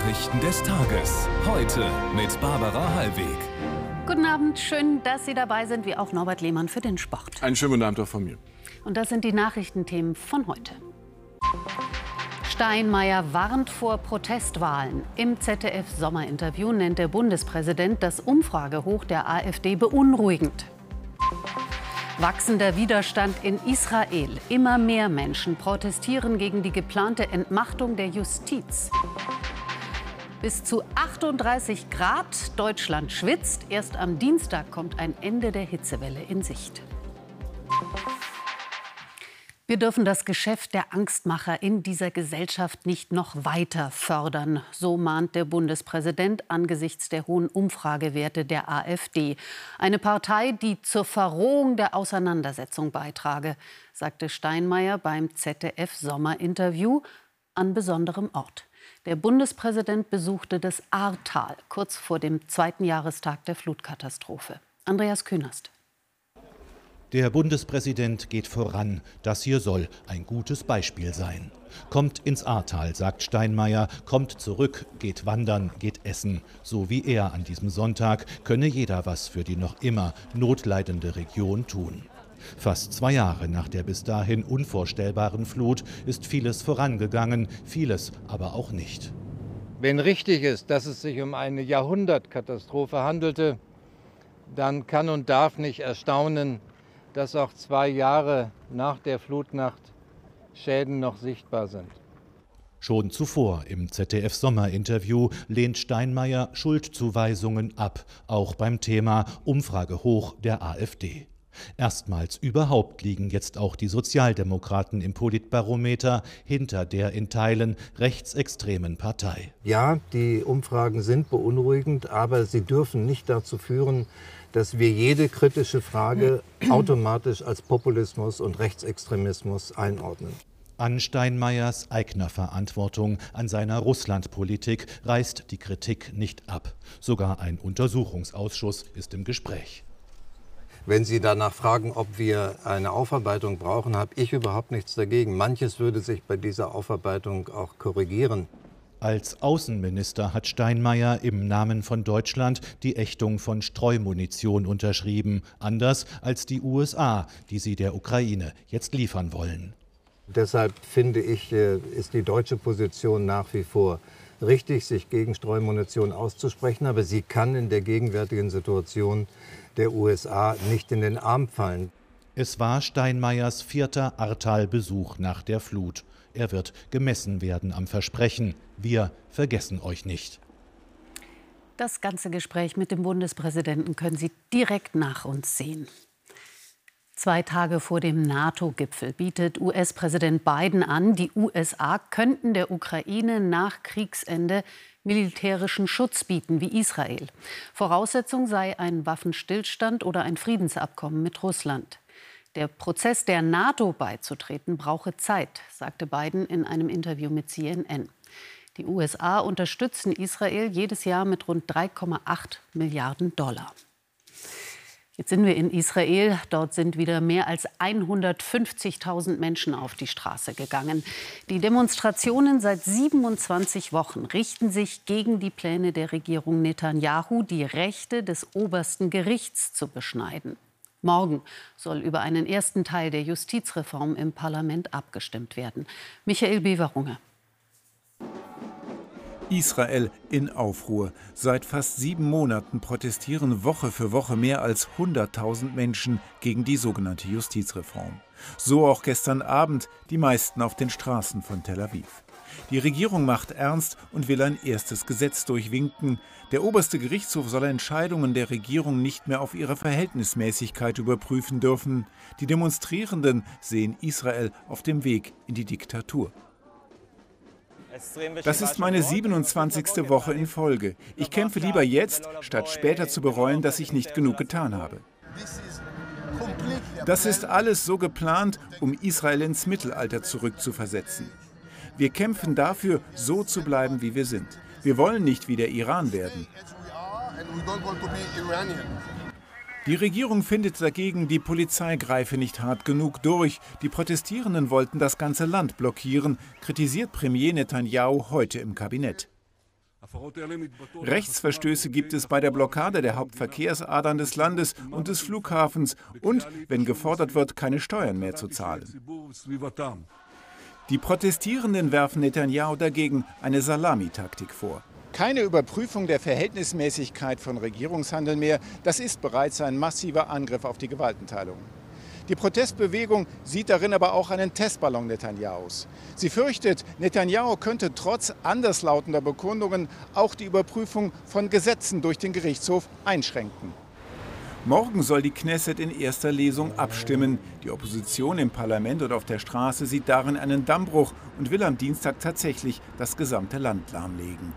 Nachrichten des Tages. Heute mit Barbara Hallweg. Guten Abend, schön, dass Sie dabei sind, wie auch Norbert Lehmann für den Sport. Einen schönen guten Abend auch von mir. Und das sind die Nachrichtenthemen von heute. Steinmeier warnt vor Protestwahlen. Im ZDF-Sommerinterview nennt der Bundespräsident das Umfragehoch der AfD beunruhigend. Wachsender Widerstand in Israel. Immer mehr Menschen protestieren gegen die geplante Entmachtung der Justiz. Bis zu 38 Grad. Deutschland schwitzt. Erst am Dienstag kommt ein Ende der Hitzewelle in Sicht. Wir dürfen das Geschäft der Angstmacher in dieser Gesellschaft nicht noch weiter fördern. So mahnt der Bundespräsident angesichts der hohen Umfragewerte der AfD. Eine Partei, die zur Verrohung der Auseinandersetzung beitrage, sagte Steinmeier beim ZDF-Sommerinterview an besonderem Ort. Der Bundespräsident besuchte das Ahrtal kurz vor dem 2. Jahrestag der Flutkatastrophe. Andreas Künast. Der Bundespräsident geht voran. Das hier soll ein gutes Beispiel sein. Kommt ins Ahrtal, sagt Steinmeier, kommt zurück, geht wandern, geht essen. So wie er an diesem Sonntag könne jeder was für die noch immer notleidende Region tun. Fast 2 Jahre nach der bis dahin unvorstellbaren Flut ist vieles vorangegangen, vieles aber auch nicht. Wenn richtig ist, dass es sich um eine Jahrhundertkatastrophe handelte, dann kann und darf nicht erstaunen, dass auch 2 Jahre nach der Flutnacht Schäden noch sichtbar sind. Schon zuvor im ZDF-Sommerinterview lehnt Steinmeier Schuldzuweisungen ab, auch beim Thema Umfragehoch der AfD. Erstmals überhaupt liegen jetzt auch die Sozialdemokraten im Politbarometer hinter der in Teilen rechtsextremen Partei. Ja, die Umfragen sind beunruhigend, aber sie dürfen nicht dazu führen, dass wir jede kritische Frage automatisch als Populismus und Rechtsextremismus einordnen. An Steinmeiers eigener Verantwortung an seiner Russlandpolitik reißt die Kritik nicht ab. Sogar ein Untersuchungsausschuss ist im Gespräch. Wenn Sie danach fragen, ob wir eine Aufarbeitung brauchen, habe ich überhaupt nichts dagegen. Manches würde sich bei dieser Aufarbeitung auch korrigieren. Als Außenminister hat Steinmeier im Namen von Deutschland die Ächtung von Streumunition unterschrieben, anders als die USA, die sie der Ukraine jetzt liefern wollen. Deshalb finde ich, ist die deutsche Position nach wie vor richtig, sich gegen Streumunition auszusprechen, aber sie kann in der gegenwärtigen Situation der USA nicht in den Arm fallen. Es war Steinmeiers 4. Ahrtal-Besuch nach der Flut. Er wird gemessen werden am Versprechen: Wir vergessen euch nicht. Das ganze Gespräch mit dem Bundespräsidenten können Sie direkt nach uns sehen. 2 Tage vor dem NATO-Gipfel bietet US-Präsident Biden an, die USA könnten der Ukraine nach Kriegsende militärischen Schutz bieten, wie Israel. Voraussetzung sei ein Waffenstillstand oder ein Friedensabkommen mit Russland. Der Prozess der NATO beizutreten brauche Zeit, sagte Biden in einem Interview mit CNN. Die USA unterstützen Israel jedes Jahr mit rund 3,8 Milliarden Dollar. Jetzt sind wir in Israel. Dort sind wieder mehr als 150.000 Menschen auf die Straße gegangen. Die Demonstrationen seit 27 Wochen richten sich gegen die Pläne der Regierung Netanyahu, die Rechte des obersten Gerichts zu beschneiden. Morgen soll über einen ersten Teil der Justizreform im Parlament abgestimmt werden. Michael Beverunge. Israel in Aufruhr. Seit fast 7 Monaten protestieren Woche für Woche mehr als 100.000 Menschen gegen die sogenannte Justizreform. So auch gestern Abend, die meisten auf den Straßen von Tel Aviv. Die Regierung macht ernst und will ein erstes Gesetz durchwinken. Der oberste Gerichtshof soll Entscheidungen der Regierung nicht mehr auf ihre Verhältnismäßigkeit überprüfen dürfen. Die Demonstrierenden sehen Israel auf dem Weg in die Diktatur. Das ist meine 27. Woche in Folge. Ich kämpfe lieber jetzt, statt später zu bereuen, dass ich nicht genug getan habe. Das ist alles so geplant, um Israel ins Mittelalter zurückzuversetzen. Wir kämpfen dafür, so zu bleiben, wie wir sind. Wir wollen nicht wie der Iran werden. Die Regierung findet dagegen, die Polizei greife nicht hart genug durch. Die Protestierenden wollten das ganze Land blockieren, kritisiert Premier Netanyahu heute im Kabinett. Rechtsverstöße gibt es bei der Blockade der Hauptverkehrsadern des Landes und des Flughafens und, wenn gefordert wird, keine Steuern mehr zu zahlen. Die Protestierenden werfen Netanyahu dagegen eine Salamitaktik vor. Keine Überprüfung der Verhältnismäßigkeit von Regierungshandeln mehr. Das ist bereits ein massiver Angriff auf die Gewaltenteilung. Die Protestbewegung sieht darin aber auch einen Testballon Netanyahus. Sie fürchtet, Netanyahu könnte trotz anderslautender Bekundungen auch die Überprüfung von Gesetzen durch den Gerichtshof einschränken. Morgen soll die Knesset in erster Lesung abstimmen. Die Opposition im Parlament und auf der Straße sieht darin einen Dammbruch und will am Dienstag tatsächlich das gesamte Land lahmlegen.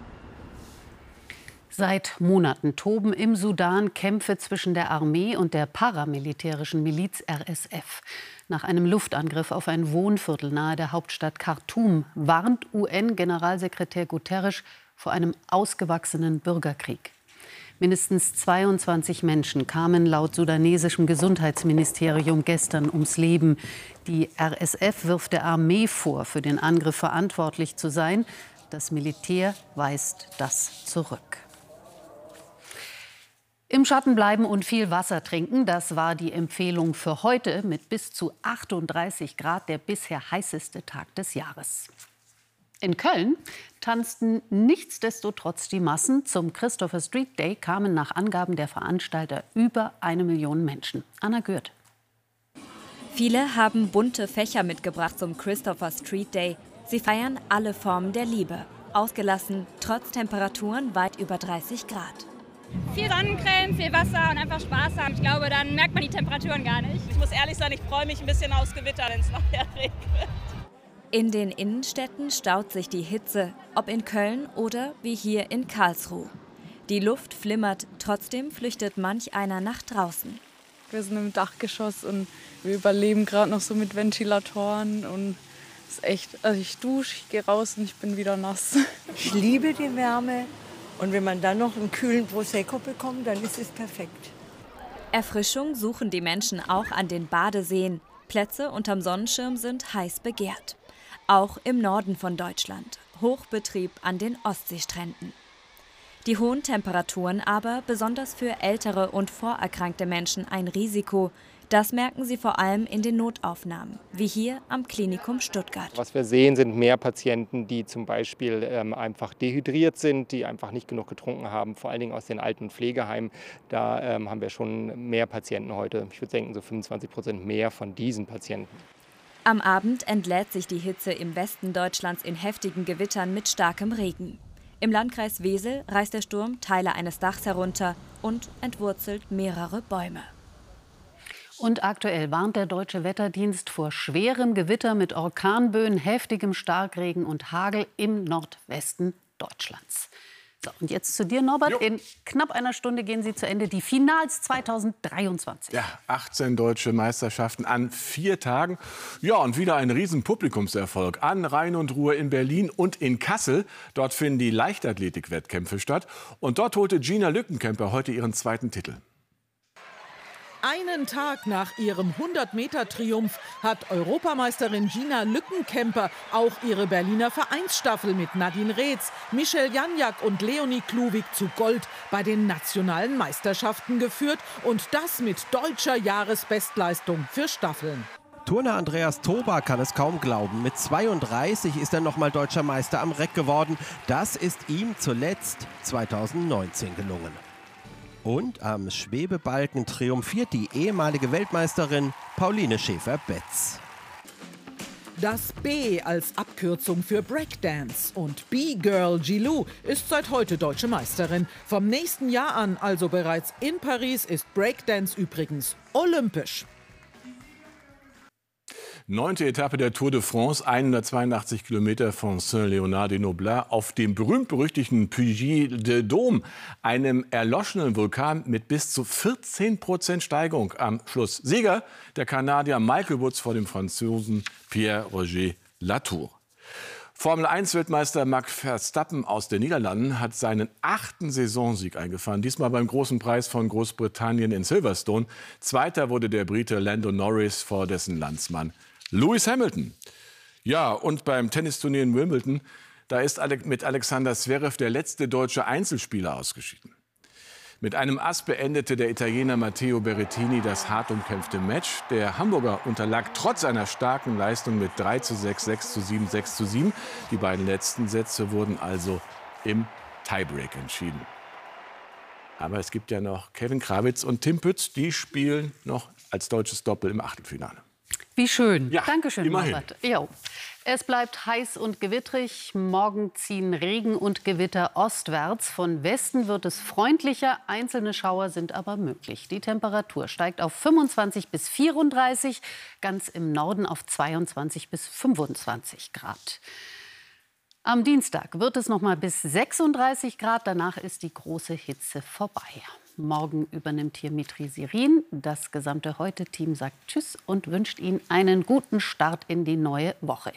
Seit Monaten toben im Sudan Kämpfe zwischen der Armee und der paramilitärischen Miliz RSF. Nach einem Luftangriff auf ein Wohnviertel nahe der Hauptstadt Khartoum warnt UN-Generalsekretär Guterres vor einem ausgewachsenen Bürgerkrieg. Mindestens 22 Menschen kamen laut sudanesischem Gesundheitsministerium gestern ums Leben. Die RSF wirft der Armee vor, für den Angriff verantwortlich zu sein. Das Militär weist das zurück. Im Schatten bleiben und viel Wasser trinken, das war die Empfehlung für heute mit bis zu 38 Grad, der bisher heißeste Tag des Jahres. In Köln tanzten nichtsdestotrotz die Massen. Zum Christopher Street Day kamen nach Angaben der Veranstalter über 1 Million Menschen. Anna Gürt. Viele haben bunte Fächer mitgebracht zum Christopher Street Day. Sie feiern alle Formen der Liebe. Ausgelassen, trotz Temperaturen weit über 30 Grad. Viel Sonnencreme, viel Wasser und einfach Spaß haben. Ich glaube, dann merkt man die Temperaturen gar nicht. Ich muss ehrlich sein, ich freue mich ein bisschen aufs Gewitter, wenn es nachher regnet. In den Innenstädten staut sich die Hitze, ob in Köln oder wie hier in Karlsruhe. Die Luft flimmert, trotzdem flüchtet manch einer nach draußen. Wir sind im Dachgeschoss und wir überleben gerade noch so mit Ventilatoren und es ist echt, also ich dusche, ich gehe raus und ich bin wieder nass. Ich liebe die Wärme. Und wenn man dann noch einen kühlen Prosecco bekommt, dann ist es perfekt. Erfrischung suchen die Menschen auch an den Badeseen. Plätze unterm Sonnenschirm sind heiß begehrt. Auch im Norden von Deutschland. Hochbetrieb an den Ostseestränden. Die hohen Temperaturen aber, besonders für ältere und vorerkrankte Menschen, ein Risiko. Das merken sie vor allem in den Notaufnahmen, wie hier am Klinikum Stuttgart. Was wir sehen, sind mehr Patienten, die zum Beispiel einfach dehydriert sind, die einfach nicht genug getrunken haben, vor allen Dingen aus den Alten- und Pflegeheimen. Da haben wir schon mehr Patienten heute. Ich würde denken, so 25% mehr von diesen Patienten. Am Abend entlädt sich die Hitze im Westen Deutschlands in heftigen Gewittern mit starkem Regen. Im Landkreis Wesel reißt der Sturm Teile eines Dachs herunter und entwurzelt mehrere Bäume. Und aktuell warnt der Deutsche Wetterdienst vor schwerem Gewitter mit Orkanböen, heftigem Starkregen und Hagel im Nordwesten Deutschlands. So, und jetzt zu dir, Norbert. Jo. In knapp einer Stunde gehen sie zu Ende, die Finals 2023. Ja, 18 deutsche Meisterschaften an 4 Tagen. Ja, und wieder ein Riesen-Publikumserfolg an Rhein und Ruhr in Berlin und in Kassel. Dort finden die Leichtathletik-Wettkämpfe statt. Und dort holte Gina Lückenkämper heute ihren 2. Titel. Einen Tag nach ihrem 100-Meter-Triumph hat Europameisterin Gina Lückenkämper auch ihre Berliner Vereinsstaffel mit Nadine Reetz, Michelle Janjak und Leonie Kluwig zu Gold bei den nationalen Meisterschaften geführt. Und das mit deutscher Jahresbestleistung für Staffeln. Turner Andreas Toba kann es kaum glauben. Mit 32 ist er nochmal deutscher Meister am Reck geworden. Das ist ihm zuletzt 2019 gelungen. Und am Schwebebalken triumphiert die ehemalige Weltmeisterin Pauline Schäfer-Betz. Das B als Abkürzung für Breakdance. Und B-Girl Gilou ist seit heute deutsche Meisterin. Vom nächsten Jahr an, also bereits in Paris, ist Breakdance übrigens olympisch. 9. Etappe der Tour de France, 182 Kilometer von Saint-Léonard-de-Noblat auf dem berühmt-berüchtigten Puy de Dôme, einem erloschenen Vulkan mit bis zu 14% Steigung am Schluss. Sieger der Kanadier Michael Woods vor dem Franzosen Pierre-Roger Latour. Formel-1-Weltmeister Max Verstappen aus den Niederlanden hat seinen 8. Saisonsieg eingefahren. Diesmal beim Großen Preis von Großbritannien in Silverstone. Zweiter wurde der Brite Lando Norris vor dessen Landsmann Lewis Hamilton. Ja, und beim Tennisturnier in Wimbledon, Da ist mit Alexander Zverev der letzte deutsche Einzelspieler ausgeschieden. Mit einem Ass beendete der Italiener Matteo Berrettini das hart umkämpfte Match. Der Hamburger unterlag trotz einer starken Leistung mit 3:6, 6:7, 6:7. Die beiden letzten Sätze wurden also im Tiebreak entschieden. Aber es gibt ja noch Kevin Krawitz und Tim Pütz, die spielen noch als deutsches Doppel im Achtelfinale. Wie schön. Ja, Dankeschön, immerhin. Norbert. Jo. Es bleibt heiß und gewitterig. Morgen ziehen Regen und Gewitter ostwärts. Von Westen wird es freundlicher. Einzelne Schauer sind aber möglich. Die Temperatur steigt auf 25 bis 34, ganz im Norden auf 22 bis 25 Grad. Am Dienstag wird es noch mal bis 36 Grad. Danach ist die große Hitze vorbei. Morgen übernimmt hier Mitri Sirin. Das gesamte Heute-Team sagt Tschüss und wünscht Ihnen einen guten Start in die neue Woche.